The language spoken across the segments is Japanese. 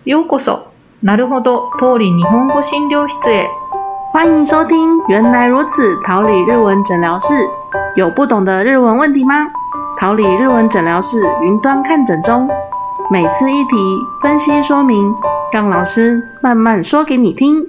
ようこそなるほど桃李日本語診療室へ。 欢迎收听原来如此桃李日文诊疗室。有不懂的日文问题吗？桃李日文诊疗室云端看诊中，每次一题分析说明，让老师慢慢说给你听。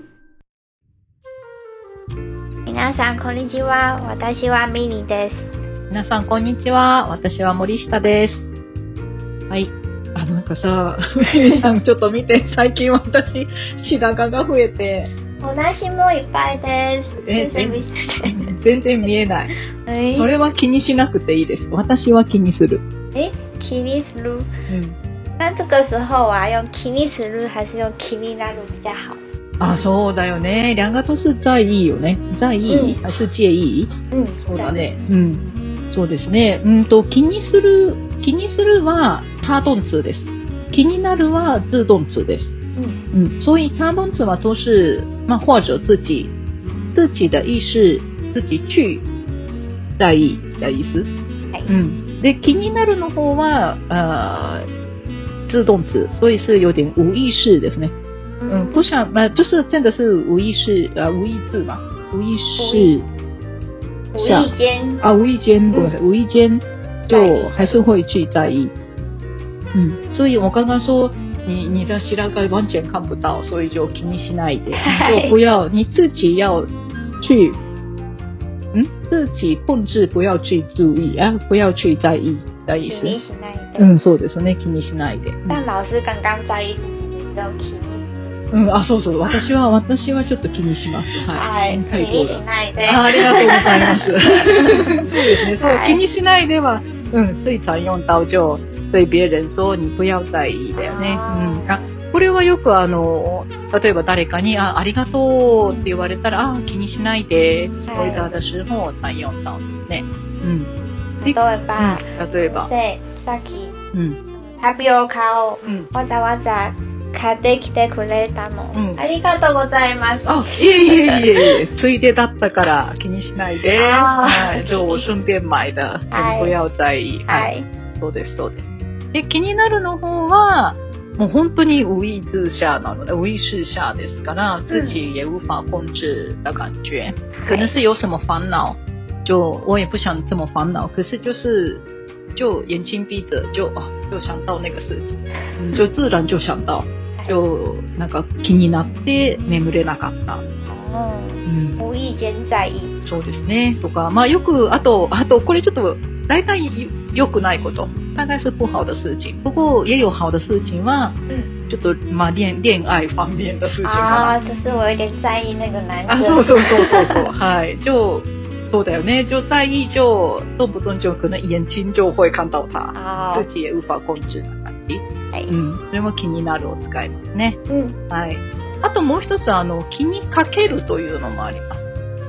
皆さんこんにちは。私はミニです。 皆さんこんにちは。私は森下です。はい。なんかさ、ミニさんちょっと見て、最近私白髪が増えて。 私もいっぱいです。 全然見えない。それは気にしなくていいです。私は気にする。 気にする？那这个时候啊，用気にする还是用気になる比较好？ そうだよね。两个都是在意よね。在意还是介意？そうだね。そうですね。気にするは他动词です。気になるは自动词です。所以他动词嘛都是或者自己的意识自己去在意的意思。で気になるの方は自动词，所以是有点无意识ですね。不想就是真的是无意识无意识嘛，无意识无意间无意间对，无意间就还是会去在意。所以我刚刚说你的白髪完全看不到，所以就気にしないで，就不要你自己要去自己控制，不要去注意不要去在意的意思。 気にしないで。 そうですね。気にしないで。 但老師刚刚在意自己的時候気にする。 そうそう。私はちょっと気にします。 はい。気にしないで。 ありがとうございます。そうですね。そう、気にしないでは最常用到就对别人说你不要在意だよね。これはよく例えば誰かにありがとうって言われたら気にしないでそういった的时候常用到ですね。 例えばさっきタピオカをわざわざ買ってきてくれたの。ありがとうございます。 いえ。ついでだったから気にしないで。就我順便買的。不要在意。そうです。で、気になるの方はもう本当に無意識下なので無意識下ですから自己也无法控制的感觉。可能是有什么烦恼，就我也不想这么烦恼，可是就眼睛闭着就想到那个事情，就自然就想到，就なんか気になって眠れなかった。 無意間在意。 そうですね。とかよくあとこれちょっと大体良くないこと。大概是不好的事情，不过也有好的事情はちょっと恋愛方面的事情かな。 就是我有点在意那个男生。 そう。はい。就そうだよね。就在意就动不动就可能眼睛就会看到他，自己也无法控制的感じ。それも気になるを使いますね。はい。あともう一つ気にかけるというのもあります。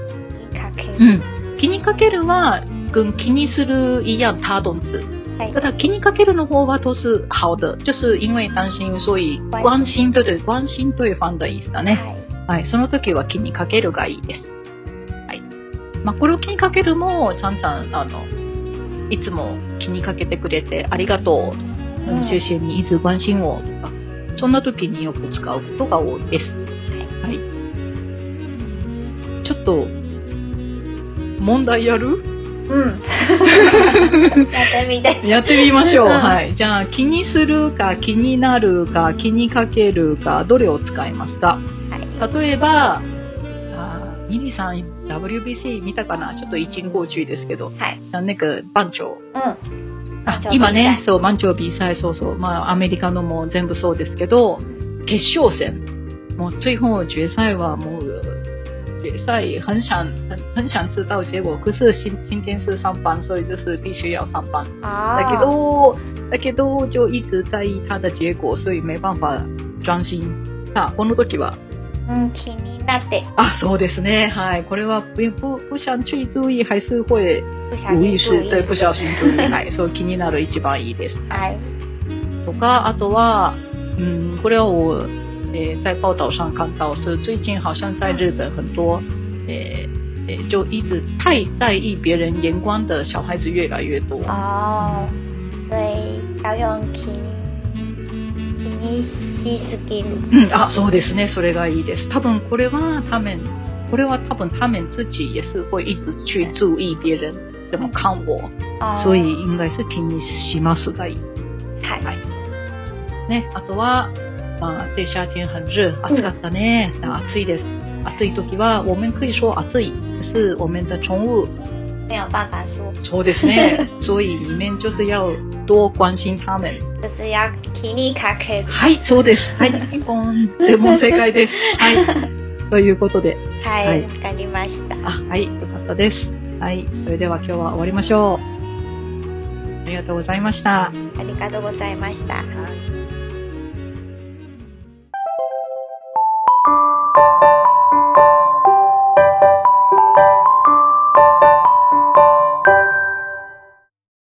気にかけるは跟気にする一样他动词。ただ気にかけるの方は都是好的，就是因为担心所以关心关心对方的意思だね。その時は気にかけるがいいです。これを気にかけるもちゃんいつも気にかけてくれてありがとう、谢谢你一直关心我とか、そんな時によく使うことが多いです。ちょっと問題やる？やってみましょう。じゃあ気にするか気になるか気にかけるかどれを使いますか？例えばミリさん WBC 見たかな？ちょっと一語注意ですけど、那个棒球。今ね、そう棒球比賽そうアメリカのも全部そうですけど、決勝戦もう最後決賽はもう决赛很想知道结果，可是今天是上班，所以就是必须要上班。だけど就一直在意他的结果，所以没办法专心。この時は気になって。 そうですね。これは不想去注意，还是会无意识对不小心注意。そう気になる一番いいです。とかあとはこれは我在报道上看到是最近好像在日本很多就一直太在意别人眼光的小孩子越来越多。 所以要用気ににしすぎる。 そうですね。それがいいです。多分これは他们自己也是会一直去注意别人怎么看我，所以应该是気にしますがいい。 はい。 ね、あとは这夏天很热，暑かったね。暑いです。暑い時は我们可以说暑い，可是我们的宠物没有办法说。 そうですね。所以你们就是要多关心他们。 就是要気にかける。 はい、そうです。はい、ピンポン。全問正解です。はい。ということで。 はい、わかりました。 はい、よかったです。はい、それでは今日は終わりましょう。ありがとうございました。 ありがとうございました。